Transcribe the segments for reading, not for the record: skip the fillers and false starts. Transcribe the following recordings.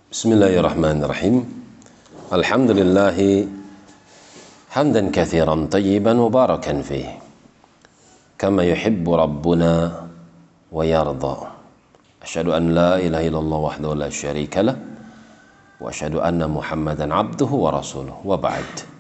Bismillahirrahmanirrahim. Alhamdulillahi hamdan katsiran tayyiban mubarakan fih kama yuhibbu rabbuna wa yarda. Asyhadu an la ilaha illallah wahdahu la syarika lah wa asyhadu anna Muhammadan abduhu wa rasuluhu wa ba'd.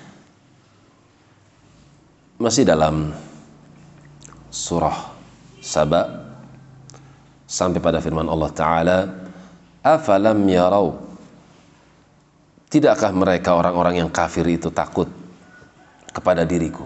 Masih dalam surah Saba sampai pada firman Allah Ta'ala, afalam yarau, tidakkah mereka orang-orang yang kafir itu takut kepada diriku?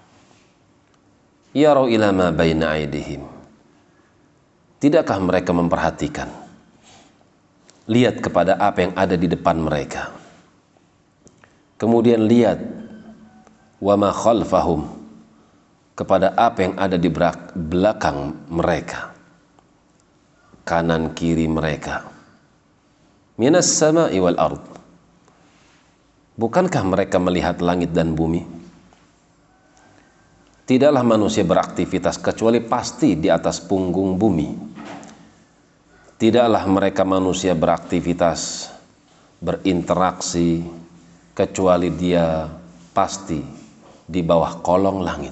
Yarau ila ma baina aydihim, tidakkah mereka memperhatikan, lihat kepada apa yang ada di depan mereka, kemudian lihat wa ma khalfahum, kepada apa yang ada di belakang mereka, kanan kiri mereka. Minas sama'i wal ard, bukankah mereka melihat langit dan bumi? Tidaklah manusia beraktivitas kecuali pasti di atas punggung bumi. Tidaklah mereka manusia beraktivitas, berinteraksi, kecuali dia pasti di bawah kolong langit.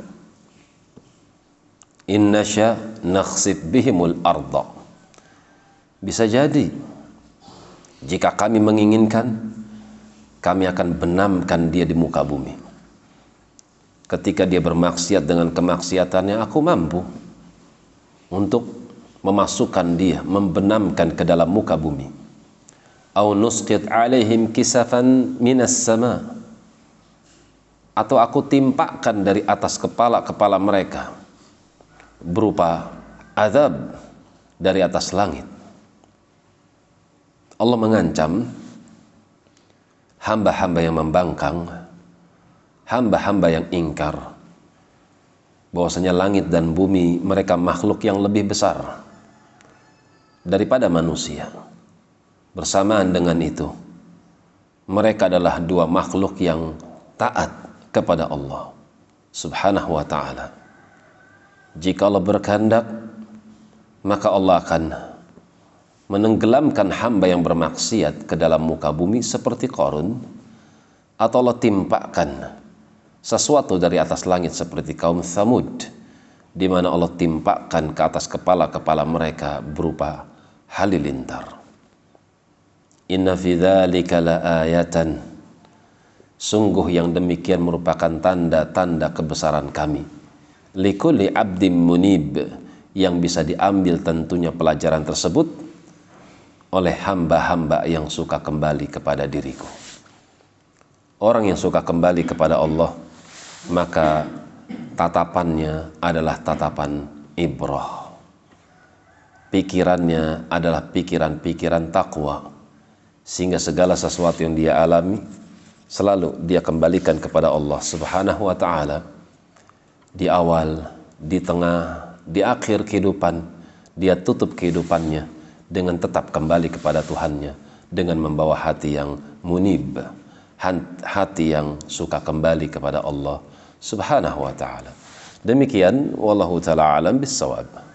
Inna sya nakhsif bihimul arda, bisa jadi jika kami menginginkan, kami akan benamkan dia di muka bumi. Ketika dia bermaksiat dengan kemaksiatannya, aku mampu untuk memasukkan dia, membenamkan ke dalam muka bumi. Au nusqit alaihim kisafan minas sama, atau aku timpakan dari atas kepala-kepala mereka berupa azab dari atas langit. Allah mengancam hamba-hamba yang membangkang, hamba-hamba yang ingkar, bahwasanya langit dan bumi mereka makhluk yang lebih besar daripada manusia. Bersamaan dengan itu, mereka adalah dua makhluk yang taat kepada Allah Subhanahu wa ta'ala. Jika Allah berkehendak, maka Allah akan menenggelamkan hamba yang bermaksiat ke dalam muka bumi seperti Qarun, atau Allah timpakan sesuatu dari atas langit seperti kaum Tsamud, di mana Allah timpakan ke atas kepala-kepala mereka berupa halilintar. Inna fi dzalika laayatan, sungguh yang demikian merupakan tanda-tanda kebesaran kami. Likulli abdim munib, yang bisa diambil tentunya pelajaran tersebut oleh hamba-hamba yang suka kembali kepada diriku. Orang yang suka kembali kepada Allah, maka tatapannya adalah tatapan ibrah. Pikirannya adalah pikiran-pikiran takwa, sehingga segala sesuatu yang dia alami selalu dia kembalikan kepada Allah Subhanahu wa ta'ala. Di awal, di tengah, di akhir kehidupan, dia tutup kehidupannya dengan tetap kembali kepada Tuhannya, dengan membawa hati yang munib, hati yang suka kembali kepada Allah Subhanahu wa ta'ala. Demikian, wallahu ta'ala alam bissawab.